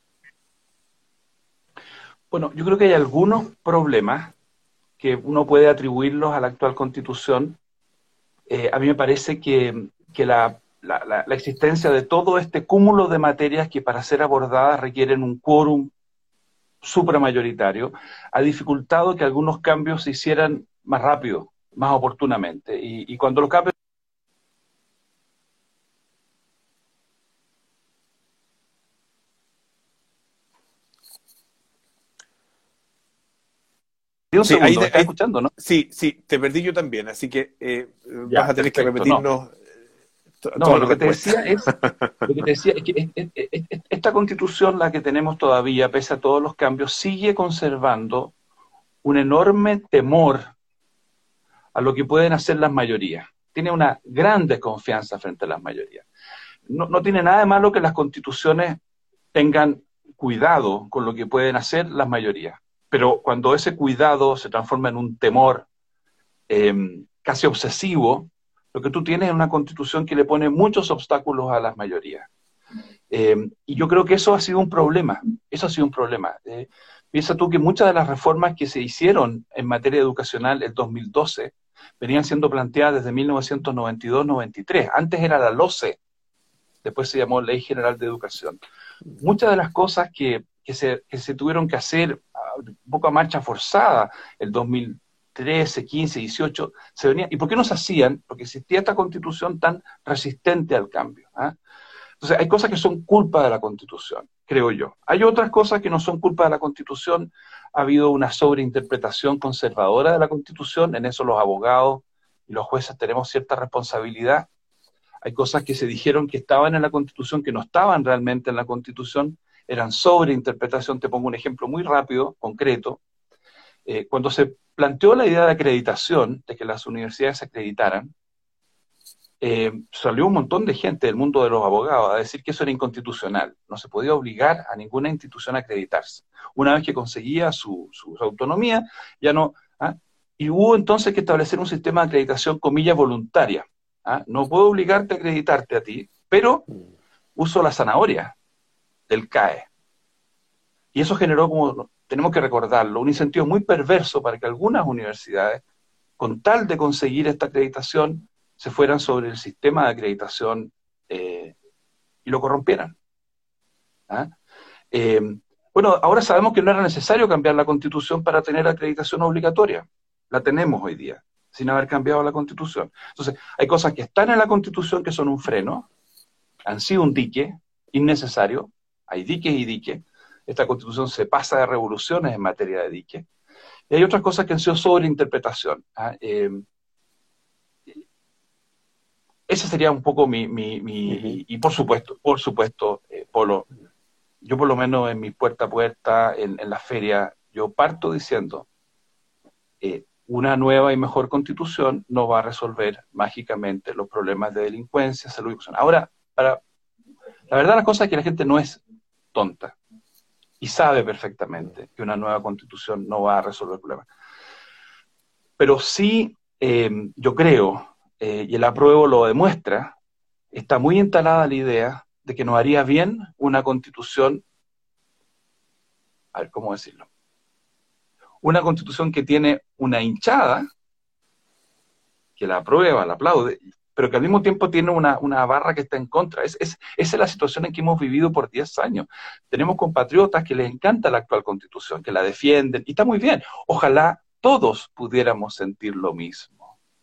Bueno, yo creo que hay algunos problemas que uno puede atribuirlos a la actual Constitución. Eh, a mí me parece que, que la, la, la, la existencia de todo este cúmulo de materias que para ser abordadas requieren un quórum supramayoritario ha dificultado que algunos cambios se hicieran más rápido, más oportunamente. Y, y cuando los cambios Un sí, segundo, ahí, ¿me estás ahí, escuchando, no? sí, sí, te perdí yo también, así que eh, Ya, vas a tener perfecto, que repetirnos no. to, No, toda lo la que te respuesta. decía es, lo que te decía es que es, es, es, esta constitución, la que tenemos todavía, pese a todos los cambios, sigue conservando un enorme temor a lo que pueden hacer las mayorías. Tiene una gran desconfianza frente a las mayorías. No, no tiene nada de malo que las constituciones tengan cuidado con lo que pueden hacer las mayorías. Pero cuando ese cuidado se transforma en un temor eh, casi obsesivo, lo que tú tienes es una constitución que le pone muchos obstáculos a las mayorías. Eh, y yo creo que eso ha sido un problema, eso ha sido un problema. Eh, Piensa tú que muchas de las reformas que se hicieron en materia educacional el dos mil doce venían siendo planteadas desde mil novecientos noventa y dos noventa y tres. Antes era la LOCE, después se llamó Ley General de Educación. Muchas de las cosas que, que, se, que se tuvieron que hacer un poco a marcha forzada el dos mil trece, quince, dieciocho, se venían. ¿Y por qué no se hacían? Porque existía esta constitución tan resistente al cambio. ¿eh? Entonces, hay cosas que son culpa de la Constitución, creo yo. Hay otras cosas que no son culpa de la Constitución. Ha habido una sobreinterpretación conservadora de la Constitución. En eso los abogados y los jueces tenemos cierta responsabilidad. Hay cosas que se dijeron que estaban en la Constitución, que no estaban realmente en la Constitución. Eran sobreinterpretación. Te pongo un ejemplo muy rápido, concreto. Eh, cuando se planteó la idea de acreditación, de que las universidades se acreditaran, Eh, salió un montón de gente del mundo de los abogados a decir que eso era inconstitucional. No se podía obligar a ninguna institución a acreditarse. Una vez que conseguía su, su, su autonomía, ya no... ¿ah? Y hubo entonces que establecer un sistema de acreditación, comillas, voluntaria. ¿ah? No puedo obligarte a acreditarte a ti, pero uso la zanahoria del C A E. Y eso generó, como tenemos que recordarlo, un incentivo muy perverso para que algunas universidades, con tal de conseguir esta acreditación, se fueran sobre el sistema de acreditación eh, y lo corrompieran. ¿Ah? Eh, bueno, ahora sabemos que no era necesario cambiar la Constitución para tener acreditación obligatoria. La tenemos hoy día, sin haber cambiado la Constitución. Entonces, hay cosas que están en la Constitución que son un freno, han sido un dique innecesario, hay diques y diques. Esta Constitución se pasa de revoluciones en materia de diques. Y hay otras cosas que han sido sobreinterpretación. ¿ah? Eh, Ese sería un poco mi... mi, mi uh-huh. y, y por supuesto, por supuesto, eh, Polo, yo por lo menos en mi puerta a puerta, en, en la feria, yo parto diciendo, eh, una nueva y mejor constitución no va a resolver mágicamente los problemas de delincuencia, salud y educación. Ahora, para, la verdad la cosa es que la gente no es tonta y sabe perfectamente que una nueva constitución no va a resolver problemas. Pero sí, eh, yo creo... Eh, y el apruebo lo demuestra, está muy instalada la idea de que nos haría bien una constitución, a ver, ¿cómo decirlo? Una constitución que tiene una hinchada, que la aprueba, la aplaude, pero que al mismo tiempo tiene una, una barra que está en contra. Es, es, esa es la situación en que hemos vivido por diez años. Tenemos compatriotas que les encanta la actual constitución, que la defienden, y está muy bien. Ojalá todos pudiéramos sentir lo mismo.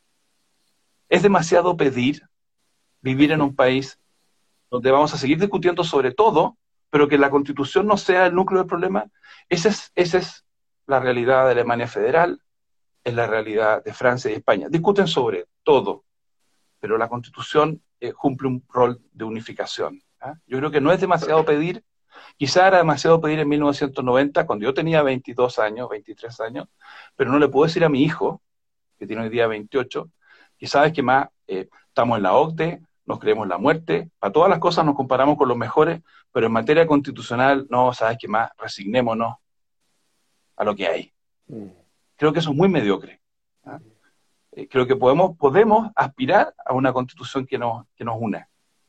Es demasiado pedir vivir en un país donde vamos a seguir discutiendo sobre todo, pero que la Constitución no sea el núcleo del problema. Esa es, esa es la realidad de Alemania Federal, es la realidad de Francia y España. Discuten sobre todo, pero la Constitución eh, cumple un rol de unificación. ¿eh? Yo creo que no es demasiado pedir. Quizá era demasiado pedir en mil novecientos noventa, cuando yo tenía veintidós años, veintitrés años, pero no le puedo decir a mi hijo, que tiene hoy día veintiocho, y sabes que más, eh, estamos en la O C D E, nos creemos la muerte, para todas las cosas nos comparamos con los mejores, pero en materia constitucional, no, sabes que más, resignémonos a lo que hay. Mm. Creo que eso es muy mediocre. ¿eh? Eh, creo que podemos, podemos aspirar a una constitución que nos, que nos una.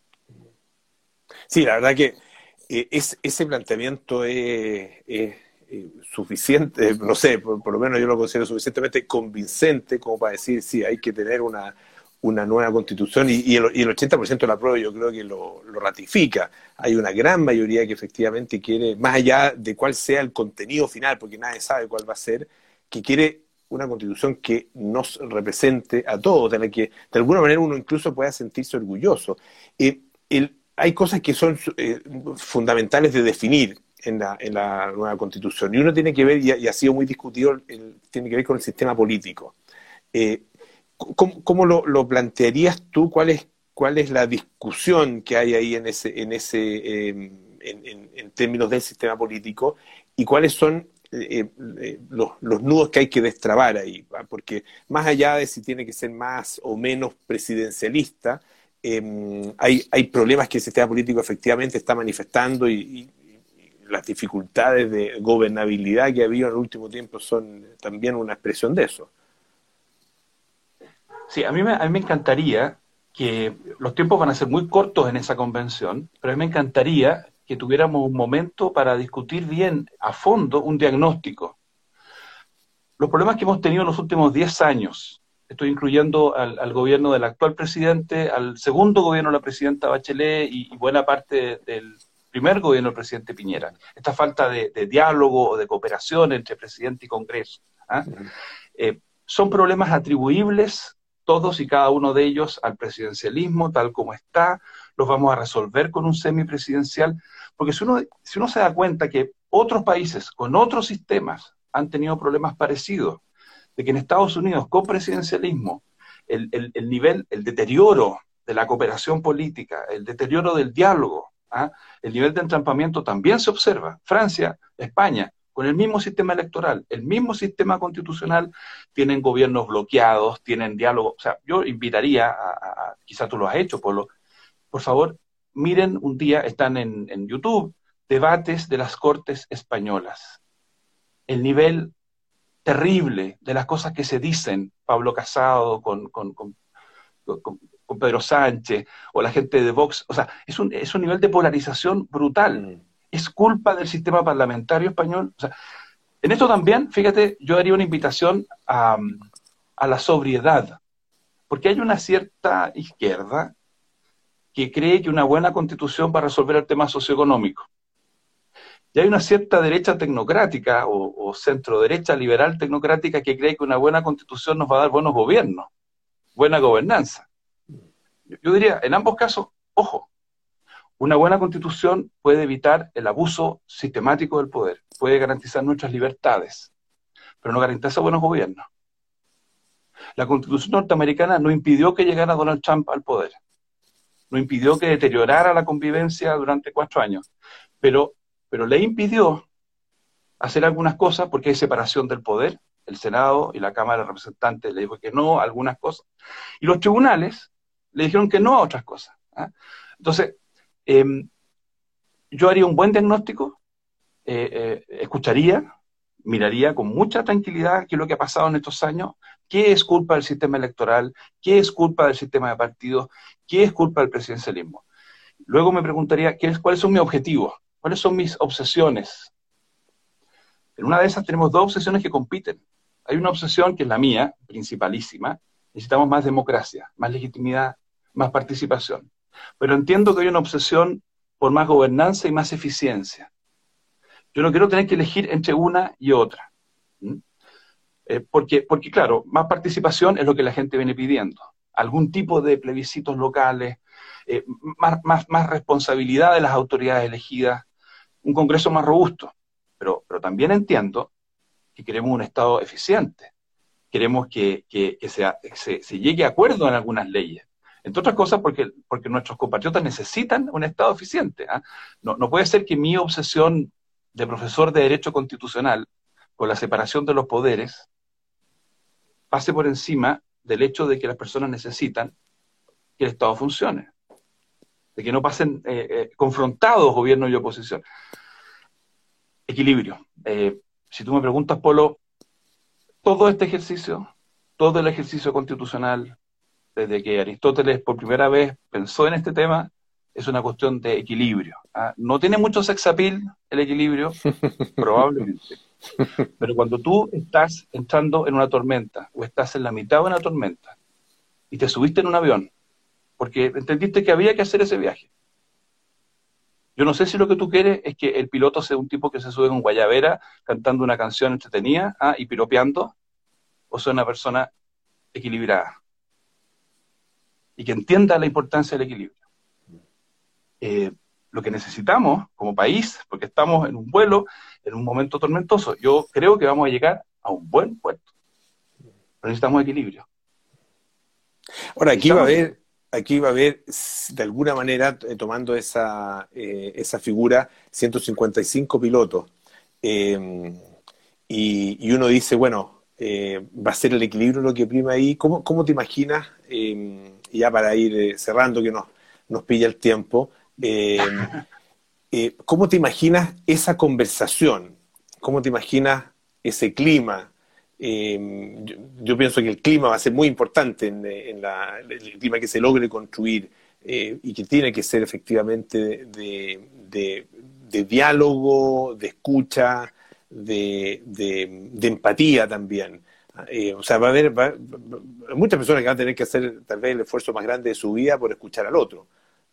Sí, la verdad que eh, es, ese planteamiento es... es... suficiente, no sé, por, por lo menos yo lo considero suficientemente convincente como para decir, sí, hay que tener una, una nueva constitución y, y, el, y el ochenta por ciento de la prueba yo creo que lo, lo ratifica. Hay una gran mayoría que efectivamente quiere, más allá de cuál sea el contenido final, porque nadie sabe cuál va a ser, que quiere una constitución que nos represente a todos, de la que de alguna manera uno incluso pueda sentirse orgulloso. Eh, el, hay cosas que son eh, fundamentales de definir En la, en la nueva constitución. Y uno tiene que ver, y ha, y ha sido muy discutido, el, tiene que ver con el sistema político. Eh, ¿Cómo, cómo lo, lo plantearías tú? ¿Cuál es, cuál es la discusión que hay ahí en ese, en ese, eh, en, en, en términos del sistema político? ¿Y cuáles son eh, eh, los, los nudos que hay que destrabar ahí? Porque más allá de si tiene que ser más o menos presidencialista, eh, hay, hay problemas que el sistema político efectivamente está manifestando y, y las dificultades de gobernabilidad que ha habido en el último tiempo son también una expresión de eso. Sí, a mí, me, a mí me encantaría que los tiempos van a ser muy cortos en esa convención, pero a mí me encantaría que tuviéramos un momento para discutir bien a fondo un diagnóstico. Los problemas que hemos tenido en los últimos diez años, estoy incluyendo al, al gobierno del actual presidente, al segundo gobierno de la presidenta Bachelet y, y buena parte del primer gobierno del presidente Piñera. Esta falta de, de diálogo o de cooperación entre presidente y Congreso. ¿ah? Uh-huh. eh, son problemas atribuibles, todos y cada uno de ellos, al presidencialismo tal como está. Los vamos a resolver con un semipresidencial, porque si uno, si uno se da cuenta que otros países con otros sistemas han tenido problemas parecidos, de que en Estados Unidos con presidencialismo el, el, el nivel, el deterioro de la cooperación política, el deterioro del diálogo, ¿ah? el nivel de entrampamiento también se observa. Francia, España, con el mismo sistema electoral, el mismo sistema constitucional, tienen gobiernos bloqueados, tienen diálogo. O sea, yo invitaría, a, a, a quizá tú lo has hecho, Polo, por favor, miren un día, están en, en YouTube, debates de las Cortes Españolas. El nivel terrible de las cosas que se dicen, Pablo Casado con, con, con, con, con Pedro Sánchez, o la gente de Vox, o sea, es un, es un nivel de polarización brutal. Es culpa del sistema parlamentario español. O sea, en esto también, fíjate, yo haría una invitación a, a la sobriedad, porque hay una cierta izquierda que cree que una buena constitución va a resolver el tema socioeconómico. Y hay una cierta derecha tecnocrática o, o centro-derecha liberal tecnocrática que cree que una buena constitución nos va a dar buenos gobiernos, buena gobernanza. Yo, yo diría, en ambos casos, ojo, una buena constitución puede evitar el abuso sistemático del poder, puede garantizar nuestras libertades, pero no garantiza buenos gobiernos. La constitución norteamericana no impidió que llegara Donald Trump al poder, no impidió que deteriorara la convivencia durante cuatro años, pero pero le impidió hacer algunas cosas porque hay separación del poder. El Senado y la Cámara de Representantes le dijo que no a algunas cosas, y los tribunales le dijeron que no a otras cosas. ¿eh? Entonces, eh, yo haría un buen diagnóstico, eh, eh, escucharía, miraría con mucha tranquilidad qué es lo que ha pasado en estos años, qué es culpa del sistema electoral, qué es culpa del sistema de partidos, qué es culpa del presidencialismo. Luego me preguntaría qué es, cuáles son mis objetivos. ¿Cuáles son mis obsesiones? En una de esas tenemos dos obsesiones que compiten. Hay una obsesión que es la mía, principalísima. Necesitamos más democracia, más legitimidad, más participación. Pero entiendo que hay una obsesión por más gobernanza y más eficiencia. Yo no quiero tener que elegir entre una y otra. ¿Mm? Eh, porque, porque, claro, más participación es lo que la gente viene pidiendo. Algún tipo de plebiscitos locales, eh, más, más, más responsabilidad de las autoridades elegidas, un Congreso más robusto, pero, pero también entiendo que queremos un Estado eficiente, queremos que, que, que sea, se, se llegue a acuerdo en algunas leyes, entre otras cosas porque, porque nuestros compatriotas necesitan un Estado eficiente. ¿eh? No, no puede ser que mi obsesión de profesor de Derecho Constitucional con la separación de los poderes pase por encima del hecho de que las personas necesitan que el Estado funcione, de que no pasen eh, eh, confrontados gobierno y oposición. Equilibrio. Eh, si tú me preguntas, Polo, todo este ejercicio, todo el ejercicio constitucional, desde que Aristóteles por primera vez pensó en este tema, es una cuestión de equilibrio. ¿ah? No tiene mucho sex appeal el equilibrio, probablemente. Pero cuando tú estás entrando en una tormenta, o estás en la mitad de una tormenta, y te subiste en un avión, porque entendiste que había que hacer ese viaje. Yo no sé si lo que tú quieres es que el piloto sea un tipo que se sube con guayabera, cantando una canción entretenida ¿ah? y piropeando, o sea una persona equilibrada, y que entienda la importancia del equilibrio. Eh, lo que necesitamos como país, porque estamos en un vuelo, en un momento tormentoso, yo creo que vamos a llegar a un buen puerto, pero necesitamos equilibrio. Ahora, aquí va a haber... Aquí va a haber, de alguna manera, eh, tomando esa, eh, esa figura, ciento cincuenta y cinco pilotos. Eh, y, y uno dice, bueno, eh, va a ser el equilibrio lo que prima ahí. ¿Cómo, cómo te imaginas, eh, ya para ir eh, cerrando, que nos, nos pilla el tiempo, eh, eh, cómo te imaginas esa conversación? ¿Cómo te imaginas ese clima? Eh, yo, yo pienso que el clima va a ser muy importante en, en la, el clima que se logre construir eh, y que tiene que ser efectivamente de, de, de diálogo, de escucha, de, de, de empatía también. Eh, o sea, va a haber va, va, muchas personas que van a tener que hacer tal vez el esfuerzo más grande de su vida por escuchar al otro.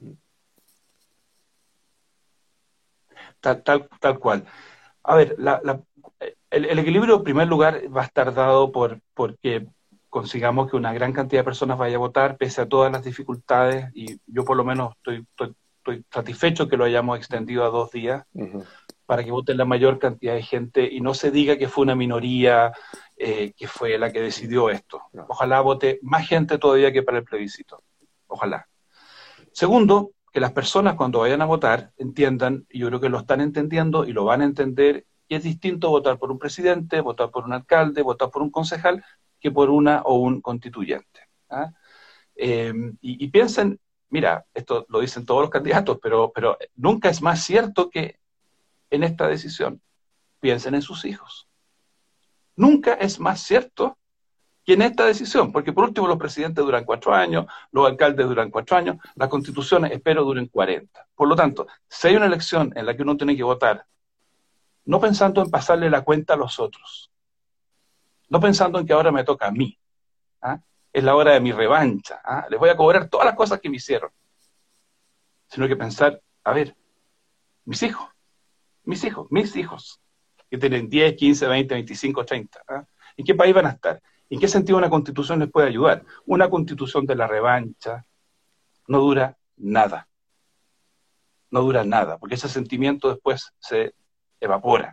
Tal, tal, tal cual. A ver, la, la, el, el, equilibrio en primer lugar va a estar dado por porque consigamos que una gran cantidad de personas vaya a votar pese a todas las dificultades, y yo por lo menos estoy, estoy, estoy satisfecho que lo hayamos extendido a dos días uh-huh. para que voten la mayor cantidad de gente y no se diga que fue una minoría eh, que fue la que decidió esto. No. Ojalá vote más gente todavía que para el plebiscito. Ojalá. Segundo, que las personas cuando vayan a votar entiendan, y yo creo que lo están entendiendo y lo van a entender, que es distinto votar por un presidente, votar por un alcalde, votar por un concejal, que por una o un constituyente. ¿Ah? Eh, y, y piensen, mira, esto lo dicen todos los candidatos, pero, pero nunca es más cierto que en esta decisión. Piensen en sus hijos. Nunca es más cierto que en esta decisión, porque por último los presidentes duran cuatro años, los alcaldes duran cuatro años, las constituciones espero duren cuarenta. Por lo tanto, si hay una elección en la que uno tiene que votar, no pensando en pasarle la cuenta a los otros, no pensando en que ahora me toca a mí, ¿ah? Es la hora de mi revancha, ¿ah? Les voy a cobrar todas las cosas que me hicieron, sino que pensar, a ver, mis hijos, mis hijos, mis hijos, que tienen diez, quince, veinte, veinticinco, treinta, ¿ah? ¿En qué país van a estar? ¿En qué sentido una constitución les puede ayudar? Una constitución de la revancha no dura nada. No dura nada, porque ese sentimiento después se evapora.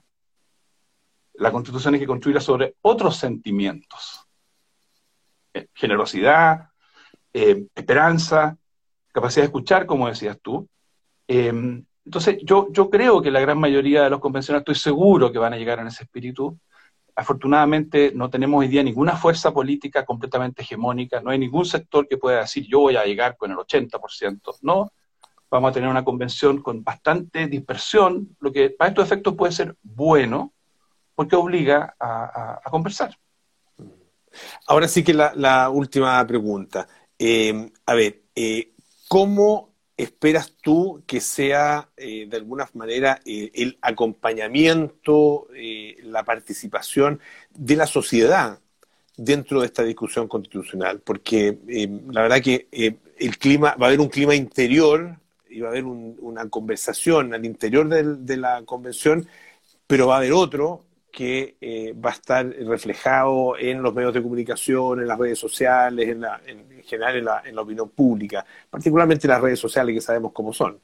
La constitución hay que construirla sobre otros sentimientos. Eh, generosidad, eh, esperanza, capacidad de escuchar, como decías tú. Eh, entonces, yo, yo creo que la gran mayoría de los convencionales, estoy seguro que van a llegar en ese espíritu. Afortunadamente no tenemos hoy día ninguna fuerza política completamente hegemónica, no hay ningún sector que pueda decir yo voy a llegar con el ochenta por ciento, no, vamos a tener una convención con bastante dispersión, lo que para estos efectos puede ser bueno, porque obliga a, a, a conversar. Ahora sí que la, la última pregunta, eh, a ver, eh, ¿cómo esperas tú que sea eh, de alguna manera eh, el acompañamiento, eh, la participación de la sociedad dentro de esta discusión constitucional? Porque eh, la verdad que eh, el clima, va a haber un clima interior y va a haber un, una conversación al interior de, de la convención, pero va a haber otro que eh, va a estar reflejado en los medios de comunicación, en las redes sociales, en, la, en, en general en la, en la opinión pública, particularmente las redes sociales que sabemos cómo son.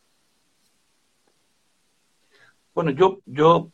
Bueno, yo, yo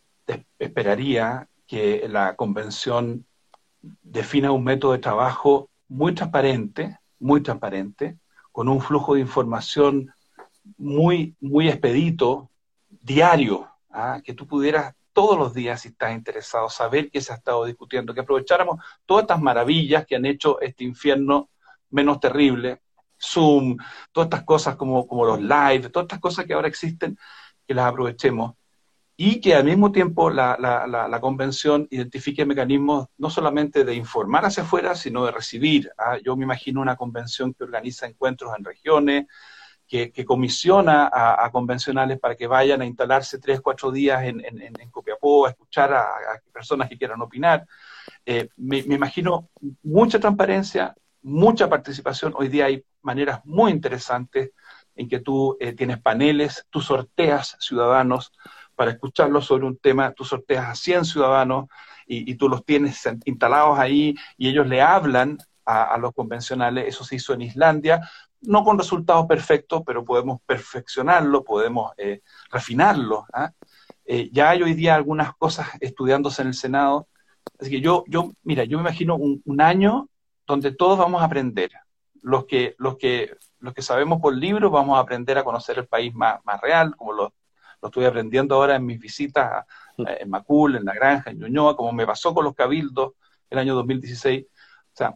esperaría que la convención defina un método de trabajo muy transparente, muy transparente, con un flujo de información muy, muy expedito, diario, ¿ah? Que tú pudieras todos los días, si estás interesado, saber qué se ha estado discutiendo, que aprovecháramos todas estas maravillas que han hecho este infierno menos terrible, Zoom, todas estas cosas como, como los live, todas estas cosas que ahora existen, que las aprovechemos, y que al mismo tiempo la, la, la, la convención identifique mecanismos no solamente de informar hacia afuera, sino de recibir. ¿Ah? Yo me imagino una convención que organiza encuentros en regiones, Que, que comisiona a, a convencionales para que vayan a instalarse tres, cuatro días en, en, en Copiapó, a escuchar a, a personas que quieran opinar. Eh, me, me imagino mucha transparencia, mucha participación. Hoy día hay maneras muy interesantes en que tú eh, tienes paneles, tú sorteas ciudadanos para escucharlos sobre un tema, tú sorteas a cien ciudadanos y, y tú los tienes instalados ahí y ellos le hablan a, a los convencionales. Eso se hizo en Islandia, no con resultados perfectos, pero podemos perfeccionarlo, podemos eh, refinarlo. ¿Ah? Eh, ya hay hoy día algunas cosas estudiándose en el Senado, así que yo, yo mira, yo me imagino un, un año donde todos vamos a aprender. Los que, los que, los que sabemos por libros vamos a aprender a conocer el país más, más real, como lo, lo estoy aprendiendo ahora en mis visitas a, a, en Macul, en La Granja, en Ñuñoa, como me pasó con los cabildos el año dos mil dieciséis. O sea,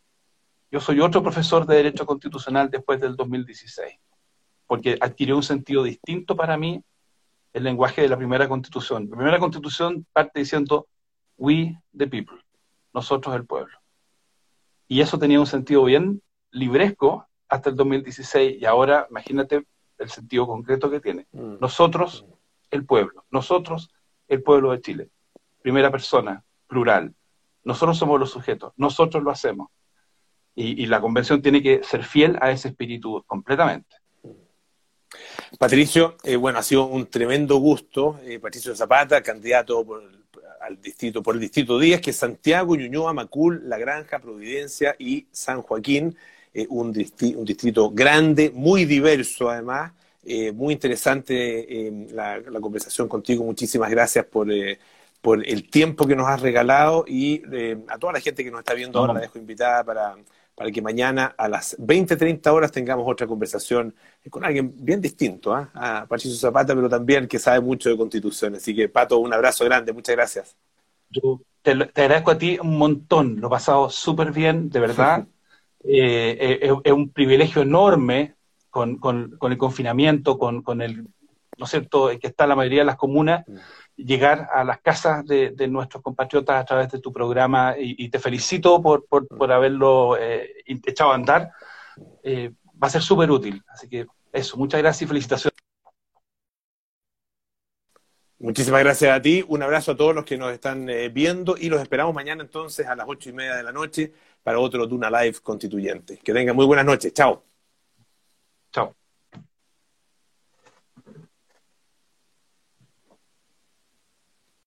yo soy otro profesor de Derecho Constitucional después del dos mil dieciséis, porque adquirió un sentido distinto para mí el lenguaje de la primera Constitución. La primera Constitución parte diciendo we the people, nosotros el pueblo. Y eso tenía un sentido bien libresco hasta el dos mil dieciséis, y ahora, imagínate, el sentido concreto que tiene. Mm. Nosotros, el pueblo. Nosotros, el pueblo de Chile. Primera persona, plural. Nosotros somos los sujetos. Nosotros lo hacemos. Y, y la convención tiene que ser fiel a ese espíritu completamente. Patricio, eh, bueno, ha sido un tremendo gusto. Eh, Patricio Zapata, candidato por, al distrito, por el distrito diez, que es Santiago, Ñuñoa, Macul, La Granja, Providencia y San Joaquín. Eh, un, distrito, un distrito grande, muy diverso además. Eh, muy interesante eh, la, la conversación contigo. Muchísimas gracias por, eh, por el tiempo que nos has regalado y eh, a toda la gente que nos está viendo ahora la dejo invitada para... para que mañana a las veinte treinta horas tengamos otra conversación con alguien bien distinto, ¿eh? A Patricio Zapata, pero también que sabe mucho de Constitución. Así que, Pato, un abrazo grande, muchas gracias. Yo te, te agradezco a ti un montón, lo he pasado súper bien, de verdad. eh, eh, es, es un privilegio enorme con, con, con el confinamiento, con, con el, ¿no es cierto?, que está la mayoría de las comunas, llegar a las casas de, de nuestros compatriotas a través de tu programa y, y te felicito por, por, por haberlo eh, echado a andar. Eh, va a ser súper útil. Así que eso, muchas gracias y felicitaciones. Muchísimas gracias a ti, un abrazo a todos los que nos están eh, viendo y los esperamos mañana entonces a las ocho y media de la noche para otro Duna Live constituyente. Que tengan muy buenas noches, chao.